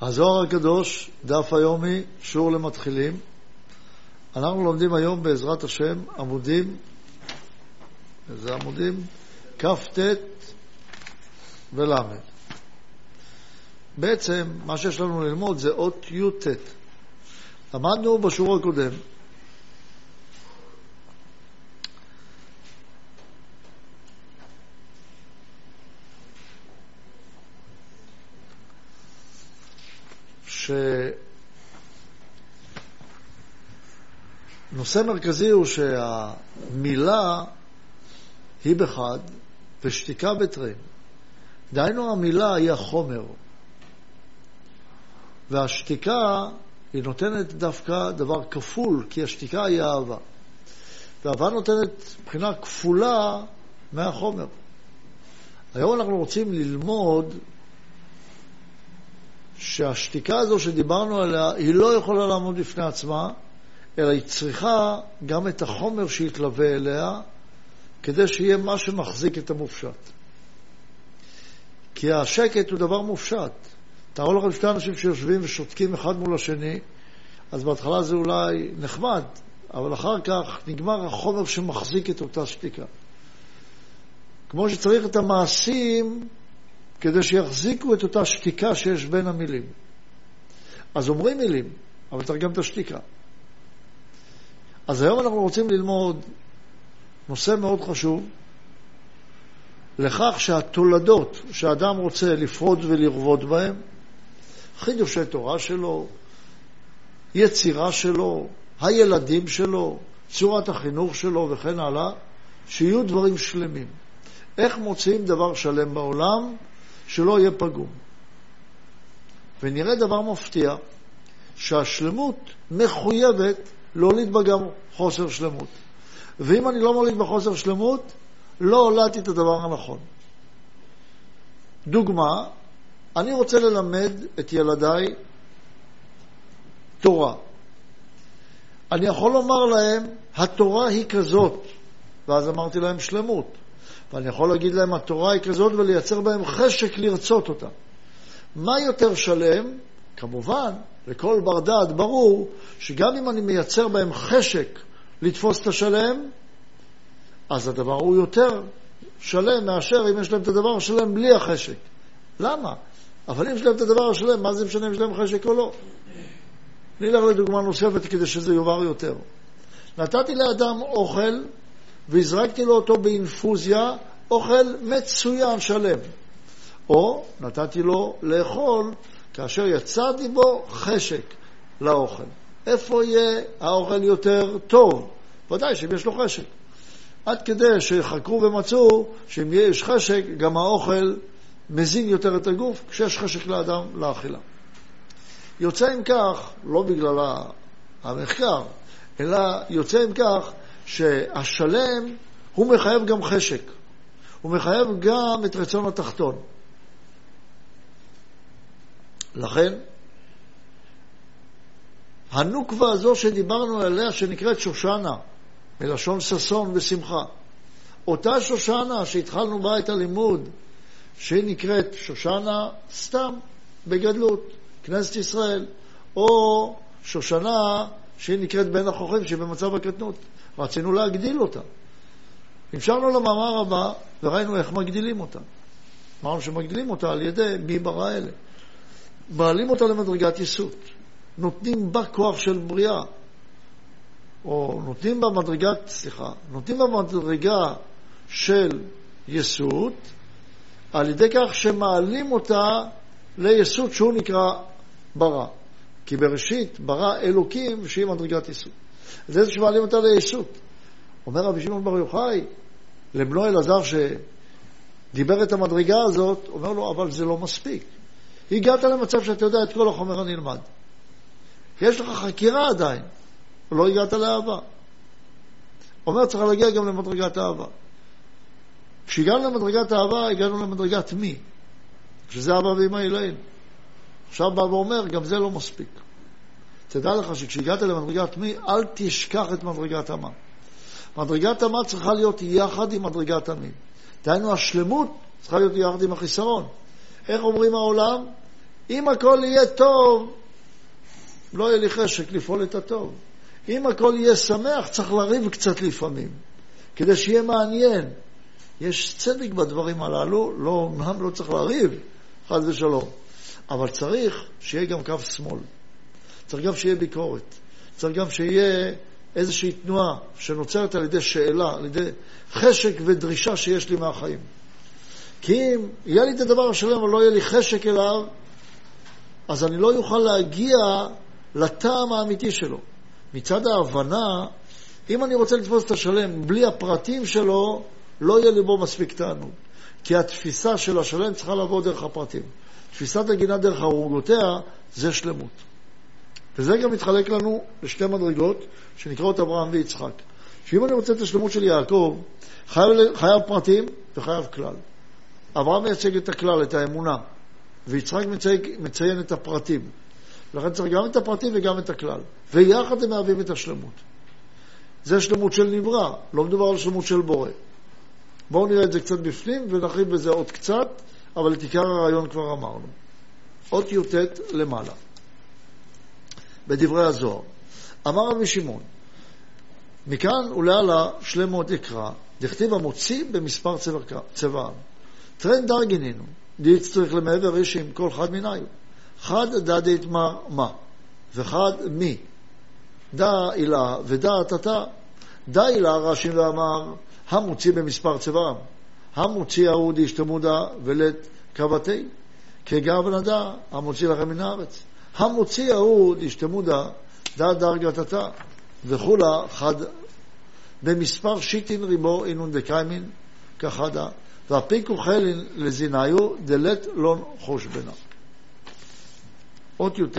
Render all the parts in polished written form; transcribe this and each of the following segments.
הזוהר הקדוש, דף היומי, שיעור למתחילים. אנחנו לומדים היום בעזרת השם עמודים, איזה עמודים? כ"ט ולמד. בעצם מה שיש לנו ללמוד זה אות י"ט. למדנו בשיעור הקודם שנושא מרכזי הוא שהמילה היא בחד ושתיקה בתרין. דהיינו המילה היא החומר, והשתיקה היא נותנת דווקא דבר כפול, כי השתיקה היא אהבה, והאהבה נותנת מבחינה כפולה מהחומר. היום אנחנו רוצים ללמוד שהשתיקה הזו שדיברנו עליה היא לא יכולה לעמוד בפני עצמה, אלא היא צריכה גם את החומר שיתלווה אליה, כדי שיהיה מה שמחזיק את המופשט. כי השקט הוא דבר מופשט. תראו לכם שתי אנשים שיושבים ושותקים אחד מול השני, אז בהתחלה זה אולי נחמד, אבל אחר כך נגמר החומר שמחזיק את אותה שתיקה. כמו שצריך את המעשים כדי שיחזיקו את אותה שתיקה שיש בין המילים. אז אומרים מילים, אבל תרגם את השתיקה. אז היום אנחנו רוצים ללמוד נושא מאוד חשוב, לכך שהתולדות שהאדם רוצה לפרוד ולרבוד בהם, חידושי תורה שלו, יצירה שלו, הילדים שלו, צורת החינוך שלו וכן הלאה, שיהיו דברים שלמים. איך מוצאים דבר שלם בעולם שלא יהיה פגום? ונראה דבר מפתיע, שהשלמות מחויבת להוליד בה גם חוסר שלמות. ואם אני לא מוליד בחוסר שלמות, לא הולדתי את הדבר הנכון. דוגמה, אני רוצה ללמד את ילדיי תורה. אני יכול לומר להם, התורה היא כזאת, ואז אמרתי להם שלמות. ואני יכול להגיד להם, התורה היא כזאת, ולייצר בהם חשק לרצות אותה. מה יותר שלם? כמובן, לכל בר דעת ברור, שגם אם אני מייצר בהם חשק לתפוס את השלם, אז הדבר הוא יותר שלם מאשר אם יש להם את הדבר השלם בלי החשק. למה? אבל אם יש להם את הדבר השלם, מה זה משנה אם יש להם חשק או לא? נלך לדוגמה נוספת כדי שזה יובהר יותר. נתתי לאדם אוכל והזרקתי לו אותו באינפוזיה, אוכל מצוין שלם. או נתתי לו לאכול כאשר יצרתי בו חשק לאוכל. איפה יהיה האוכל יותר טוב? ודאי שאם יש לו חשק. עד כדי שחקרו ומצאו שאם יש חשק, גם האוכל מזין יותר את הגוף כשיש חשק לאדם לאכילה. יוצא עם כך, לא בגלל המחקר, אלא יוצא עם כך שהשלם הוא מחייב גם חשק. הוא מחייב גם את רצון התחתון. לכן, הנוקבה הזו שדיברנו עליה, שנקראת שושנה, מלשון ששון ושמחה, אותה שושנה שהתחלנו בה את הלימוד, שהיא נקראת שושנה סתם בגדלות, כנסת ישראל, או שושנה שהיא נקראת בין החוכים, שהיא במצב הקטנות, רצינו להגדיל אותה. המשכנו למאמר הבא וראינו איך מגדילים אותה. אמרנו שמגדילים אותה על ידי מי ברא אלה. מעלים אותה למדרגת יסות, נותנים בה כוח של בריאה, או נותנים בה מדרגה של יסות, על ידי כך שמעלים אותה ליסות שהוא נקרא ברא. כי בראשית ברא אלוקים שהיא מדרגת יסות. זה שמעלים אותה ליסות. אומר רבי שמעון בר יוחאי לבנו אלעזר שדיבר את המדרגה הזאת, אומר לו, אבל זה לא מספיק. הגעת למצב שאתה יודע את כל החומר הנלמד. יש לך חקירה עדיין, לא הגעת לאהבה. אומר, צריך להגיע גם למדרגת האהבה. כשהגענו למדרגת האהבה, הגענו למדרגת מי? שזה אבא ואמא אלינו. עכשיו בא ואומר, גם זה לא מספיק. תדע לך שכשהגעת למדרגת מי, אל תשכח את מדרגת המה. מדרגת המה צריכה להיות יחד עם מדרגת המי. דהיינו, השלמות צריכה להיות יחד עם החיסרון. איך אומרים העולם? אם הכל יהיה טוב, לא יהיה לי חשק לפעול את הטוב. אם הכל יהיה שמח, צריך לריב קצת לפעמים, כדי שיהיה מעניין. יש צדק בדברים הללו, לא צריך לריב, חד ושלום. אבל צריך שיהיה גם קו שמאל. צריך גם שיהיה ביקורת. צריך גם שיהיה איזושהי תנועה שנוצרת על ידי שאלה, על ידי חשק ודרישה שיש לי מהחיים. כי אם יהיה לי את הדבר השלם, אבל לא יהיה לי חשק אליו, אז אני לא יוכל להגיע לטעם האמיתי שלו. מצד ההבנה, אם אני רוצה לתפוס את השלם בלי הפרטים שלו, לא יהיה לי בו מספיק תענוג. כי התפיסה של השלם צריכה לבוא דרך הפרטים. תפיסת הגינה דרך הרוגותיה זה שלמות. וזה גם מתחלק לנו לשתי מדרגות שנקראות אברהם ויצחק. שאם אני רוצה את השלמות של יעקב, חייב פרטים וחייב כלל. אברהם מייצג את הכלל, את האמונה, ויצחק מציין את הפרטים. לכן צריך גם את הפרטים וגם את הכלל. ויחד הם מהווים את השלמות. זה שלמות של נברא, לא מדובר על שלמות של בורא. בואו נראה את זה קצת בפנים ונרחיב בזה עוד קצת, אבל את עיקר הרעיון כבר אמרנו. אות י"ט למעלה. בדברי הזוהר. אמר רבי שמעון, מכאן ולהלה שלמות יקרא, דכתיב המוציא במספר צבעם. טרן דרגינינו, דיץ צריך למעבר אישים, כל חד מיניו. חד דעת מה, וחד מי. דע אילה ודע תתה. דע אילה רשים ואמר, המוציא במספר צבעם. המוציא ההוא דשתמודה ולת קבתי. כגב נדע, המוציא לכם מן הארץ. המוציא ההוא דשתמודה דע דרגתתה. וכולה חד במספר שיטין ריבו אינון דקיימין כחדה. והפיקו חלין לזיניו דלת לון חושבנה. אות י"ט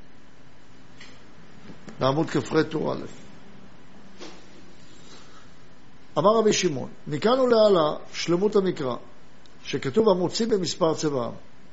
בעמוד כ"ח טור א'. אמר רבי שמעון, מכאן ולהלה שלמות המקרא, שכתוב המוציא במספר צבעם.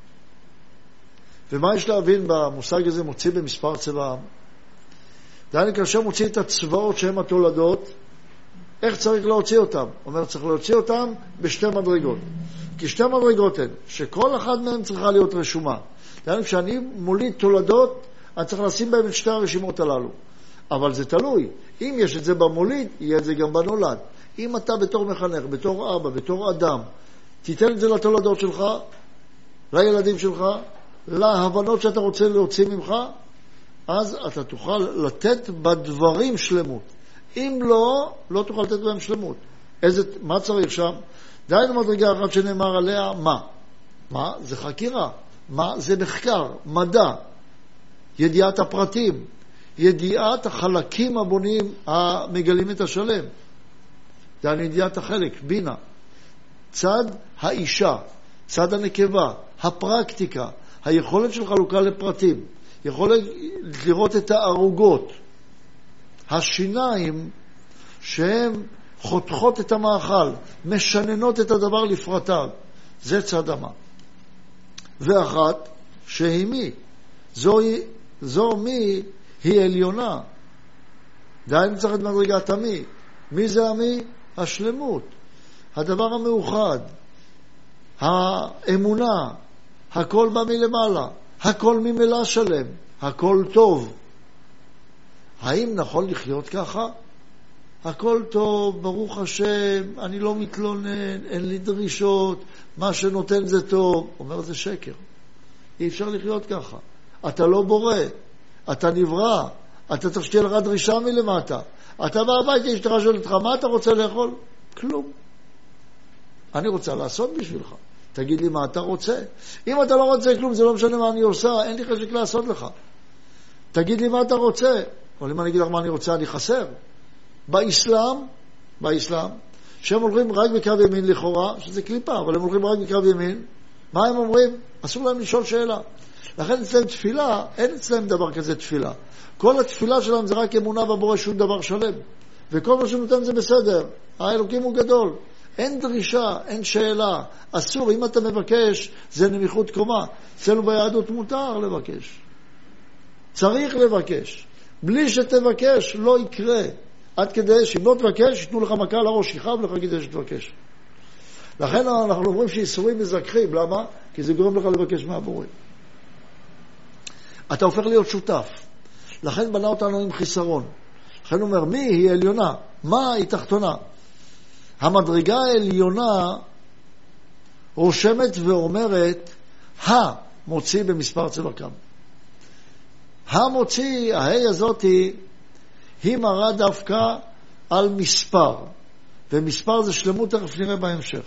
ומה יש להבין במושג הזה מוציא במספר צבעם? דהיינו כאשר מוציא את הצבאות שהם התולדות, איך צריך להוציא אותם? אומר, צריך להוציא אותם בשתי מדרגות. כי שתי מדרגות הן, שכל אחד מהם צריכה להיות רשומה. דהיינו, כשאני מוליד תולדות, אני צריך לשים בהם את שתי הרשימות הללו. אבל זה תלוי. אם יש את זה במוליד, יהיה את זה גם בנולד. אם אתה בתור מחנך, בתור אבא, בתור אדם, תיתן את זה לתולדות שלך, לילדים שלך, להבנות שאתה רוצה להוציא ממך, אז אתה תוכל לתת בדברים שלמות. אם לא, לא תוכל לתת בהם שלמות. מה צריך שם? דהיינו מדרגה אחת שנאמר עליה, מה? מה? זה חקירה. מה? זה מחקר, מדע, ידיעת הפרטים, ידיעת החלקים הבונים המגלים את השלם. דהיינו ידיעת החלק, בינה. צד האישה, צד הנקבה, הפרקטיקה, היכולת של חלוקה לפרטים, יכולת לראות את הערוגות, השיניים שהן חותכות את המאכל, משננות את הדבר לפרטיו. זה צד המה. ואחת שהיא מי. זו מי היא עליונה. דהיינו צריך את מדרגת המי. מי זה המי? השלמות. הדבר המאוחד. האמונה. הכל בא מלמעלה. הכל ממלא שלם. הכל טוב. האם נכון לחיות ככה? הכל טוב, ברוך השם, אני לא מתלונן, אין לי דרישות, מה שנותן זה טוב. אומר, זה שקר. אי אפשר לחיות ככה. אתה לא בורא, אתה נברא, אתה צריך שתהיה לך דרישה מלמטה. אתה בא הביתה, אשתך שואלת אותך, מה אתה רוצה לאכול? כלום. אני רוצה לעשות בשבילך. תגיד לי מה אתה רוצה. אם אתה לא רוצה כלום, זה לא משנה מה אני עושה, אין לי חשק לעשות לך. תגיד לי מה אתה רוצה. אבל אם אני אגיד לך מה אני רוצה, אני חסר. באסלאם, שהם הולכים רק בקו ימין לכאורה, שזה קליפה, אבל הם הולכים רק בקו ימין, מה הם אומרים? אסור להם לשאול שאלה. לכן אצלם תפילה, אין אצלם דבר כזה תפילה. כל התפילה שלהם זה רק אמונה בבורא שום דבר שלם. וכל מה שנותן זה בסדר. האלוקים הוא גדול. אין דרישה, אין שאלה. אסור, אם אתה מבקש, זה נמיכות קומה. אצלנו ביהדות מותר לבקש. צריך לבקש. בלי שתבקש, לא יקרה. עד כדי שאם לא תבקש, יתנו לך מכה על הראש, יחב לך כדי שתבקש. לכן אנחנו אומרים שאיסורים מזכחים. למה? כי זה גורם לך לבקש מהבורא. אתה הופך להיות שותף. לכן בנה אותנו עם חיסרון. לכן הוא אומר, מי היא עליונה? מה היא תחתונה? המדרגה העליונה רושמת ואומרת, המוציא במספר צבקם. המוציא, ההי הזאת היא מראה דווקא על מספר. ומספר זה שלמות, תכף נראה בהמשך.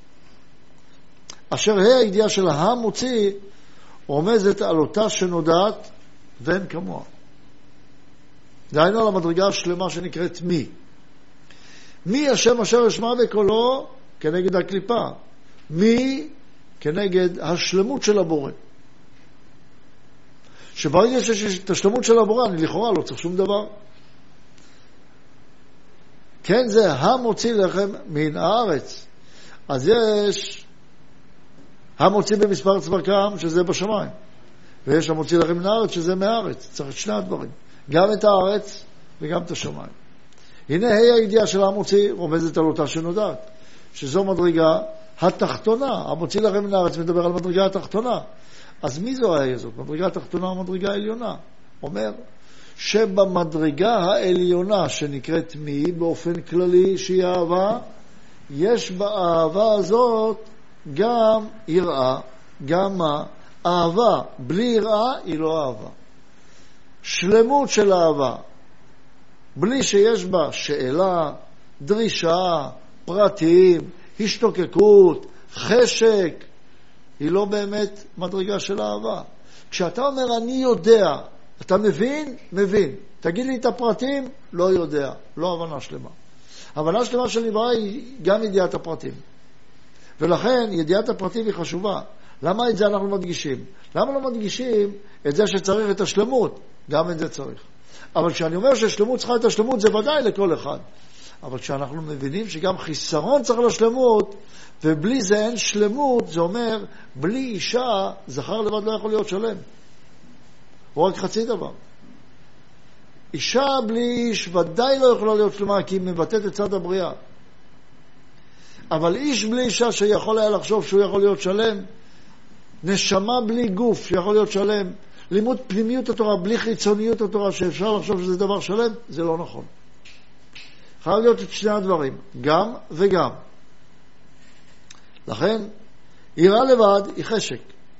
אשר הידיעה של המוציא רומזת על אותה שנודעת ואין כמוה. דהיינו על המדרגה השלמה שנקראת מי. מי השם אשר ישמע בקולו כנגד הקליפה. מי כנגד השלמות של הבורא. שברגע שיש את השלמות של הבורא, אני לכאורה לא צריך שום דבר. כן, זה המוציא לכם מן הארץ. אז יש המוציא במספר צבקם, שזה בשמיים. ויש המוציא לכם מן הארץ, שזה מהארץ. צריך את שני הדברים. גם את הארץ וגם את השמיים. הנה הידיעה של המוציא רומזת על אותה שנודעת. שזו מדרגה התחתונה. המוציא לכם מן הארץ מדבר על מדרגה התחתונה. אז מי זו ההיא הזאת? מדרגה התחתונה או מדרגה העליונה? אומר שבמדרגה העליונה שנקראת מי באופן כללי שהיא אהבה, יש באהבה הזאת גם יראה, גם מה? אהבה בלי יראה היא לא אהבה. שלמות של אהבה, בלי שיש בה שאלה, דרישה, פרטים, השתוקקות, חשק, היא לא באמת מדרגה של אהבה. כשאתה אומר אני יודע, אתה מבין? מבין. תגיד לי את הפרטים? לא יודע. לא הבנה שלמה. הבנה שלמה של נברא היא גם ידיעת הפרטים. ולכן ידיעת הפרטים היא חשובה. למה את זה אנחנו מדגישים? למה לא מדגישים את זה שצריך את השלמות? גם את זה צריך. אבל כשאני אומר ששלמות צריכה את השלמות, זה ודאי לכל אחד. אבל כשאנחנו מבינים שגם חיסרון צריך לשלמות, ובלי זה אין שלמות, זה אומר, בלי אישה, זכר לבד לא יכול להיות שלם. הוא רק חצי דבר. אישה בלי איש ודאי לא יכולה להיות שלמה, כי היא מבטאת את צד הבריאה. אבל איש בלי אישה שיכול היה לחשוב שהוא יכול להיות שלם, נשמה בלי גוף שיכול להיות שלם, לימוד פנימיות התורה בלי חיצוניות התורה שאפשר לחשוב שזה דבר שלם, זה לא נכון. חייב להיות את שני הדברים, גם וגם. לכן, יראה לבד היא חשק.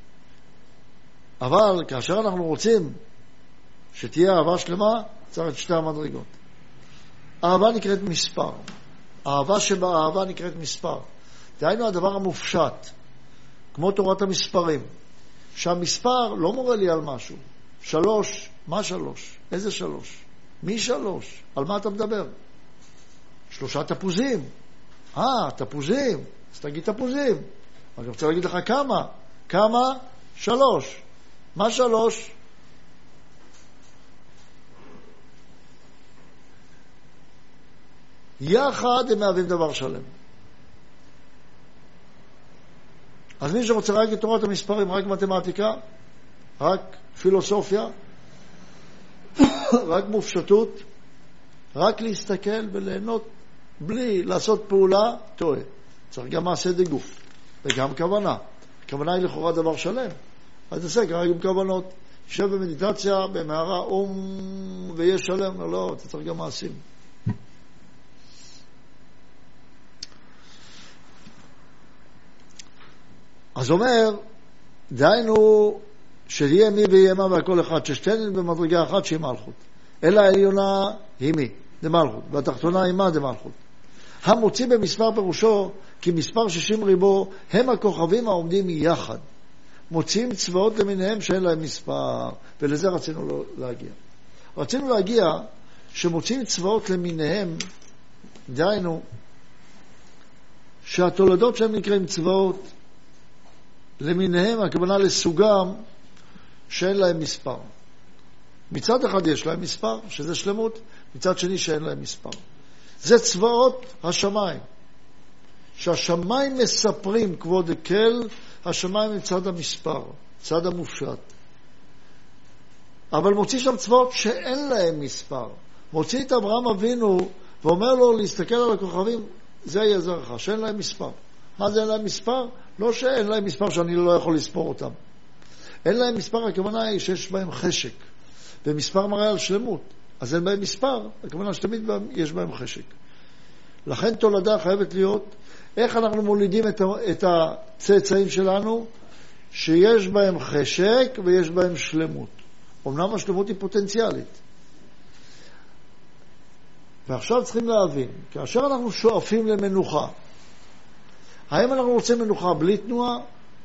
אבל כאשר אנחנו רוצים שתהיה אהבה שלמה, צריך את שתי המדרגות. אהבה נקראת מספר. אהבה שבאהבה נקראת מספר. דהיינו הדבר המופשט, כמו תורת המספרים, שהמספר לא מורה לי על משהו. 3, מה 3? איזה 3? מי 3? על מה אתה מדבר? 3 תפוזים. תפוזים. אז תגיד תפוזים. אני רוצה להגיד לך כמה. כמה? 3. מה 3? יחד הם מהווים דבר שלם. אז מי שרוצה רק את תורת המספרים, רק מתמטיקה, רק פילוסופיה, רק מופשטות, רק להסתכל וליהנות בלי לעשות פעולה, טועה. צריך גם מעשה דגוף וגם כוונה. הכוונה היא לכאורה דבר שלם. אז נעשה ככה גם כוונות. יושב במדיטציה, במערה ויש שלם. לא, אתה צריך גם מעשים. אז אומר, דהיינו שיהיה מי ויהיה מה והכל אחד, ששתיהן במדרגה אחת שהיא מלכות. אלא העליונה היא מי? זה מלכות. והתחתונה היא מה? זה מלכות. המוציא במספר פירושו, כי מספר 60 ריבו הם הכוכבים העומדים יחד. מוציאים צבאות למיניהם שאין להם מספר. ולזה רצינו להגיע. רצינו להגיע שמוציאים צבאות למיניהם, דהיינו, שהתולדות שהם נקראים צבאות, למיניהם, הכוונה לסוגם שאין להם מספר. מצד אחד יש להם מספר, שזה שלמות, מצד שני שאין להם מספר. זה צבאות השמיים. שהשמיים מספרים כבוד הקל, השמיים מצד המספר, צד המופשט. אבל מוציא שם צבאות שאין להם מספר. מוציא את אברהם אבינו ואומר לו להסתכל על הכוכבים, זה יעזר לך, שאין להם מספר. מה זה אין להם מספר? לא שאין להם מספר שאני לא יכול לספור אותם, אין להם מספר, הכוונה היא שיש בהם חשק, ומספר מראה על שלמות, אז אין בהם מספר, הכוונה שתמיד יש בהם חשק. לכן תולדה חייבת להיות, איך אנחנו מולידים את הצאצאים שלנו, שיש בהם חשק ויש בהם שלמות. אמנם השלמות היא פוטנציאלית. ועכשיו צריכים להבין, כאשר אנחנו שואפים למנוחה, האם אנחנו רוצים מנוחה בלי תנועה,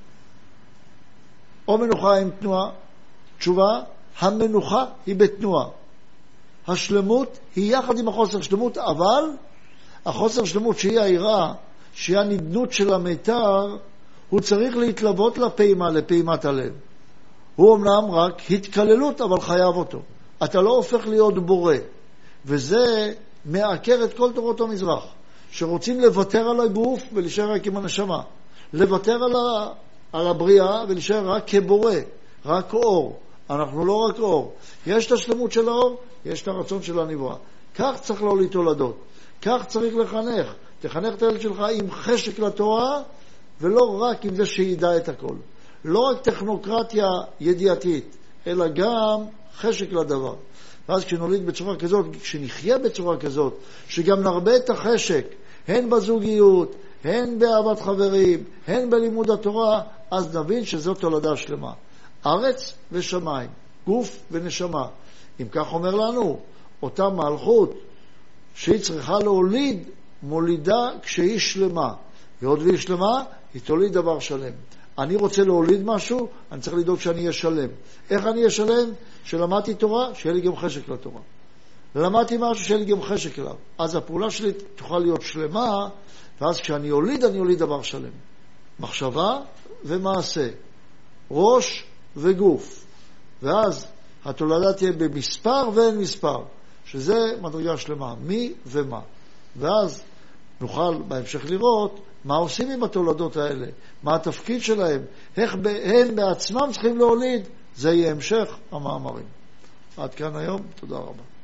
או מנוחה עם תנועה? תשובה, המנוחה היא בתנועה. השלמות היא יחד עם החוסר שלמות, אבל החוסר שלמות שהיא העירה, שהיא הנדנות של המיתר, הוא צריך להתלוות לפעימה, לפעימת הלב. הוא אמנם רק התקללות, אבל חייב אותו. אתה לא הופך להיות בורא. וזה מעקר את כל תורות המזרח, שרוצים לוותר על הגוף ולהישאר רק עם הנשמה. לוותר על הבריאה ולהישאר רק כבורא, רק אור. אנחנו לא רק אור. יש את השלמות של האור, יש את הרצון של הנברא. כך צריך להוליד תולדות. כך צריך לחנך. תחנך את הילד שלך עם חשק לתורה, ולא רק עם זה שידע את הכל. לא רק טכנוקרטיה ידיעתית, אלא גם חשק לדבר. ואז כשנוליד בצורה כזאת, כשנחיה בצורה כזאת, שגם נרבה את החשק, הן בזוגיות, הן באהבת חברים, הן בלימוד התורה, אז נבין שזאת תולדה שלמה. ארץ ושמיים, גוף ונשמה. אם כך אומר לנו, אותה מלכות שהיא צריכה להוליד, מולידה כשהיא שלמה. ועוד והיא שלמה, היא תוליד דבר שלם. אני רוצה להוליד משהו, אני צריך לדאוג שאני אהיה שלם. איך אני אהיה שלם? שלמדתי תורה, שיהיה לי גם חשק לתורה. למדתי משהו, שיהיה לי גם חשק אליו. אז הפעולה שלי תוכל להיות שלמה, ואז כשאני אוליד, אני אוליד דבר שלם. מחשבה ומעשה. ראש וגוף. ואז התולדה תהיה במספר ואין מספר. שזה מדרגה שלמה. מי ומה. ואז נוכל בהמשך לראות מה עושים עם התולדות האלה, מה התפקיד שלהם, איך הם בעצמם צריכים להוליד, זה יהיה המשך המאמרים. עד כאן היום, תודה רבה.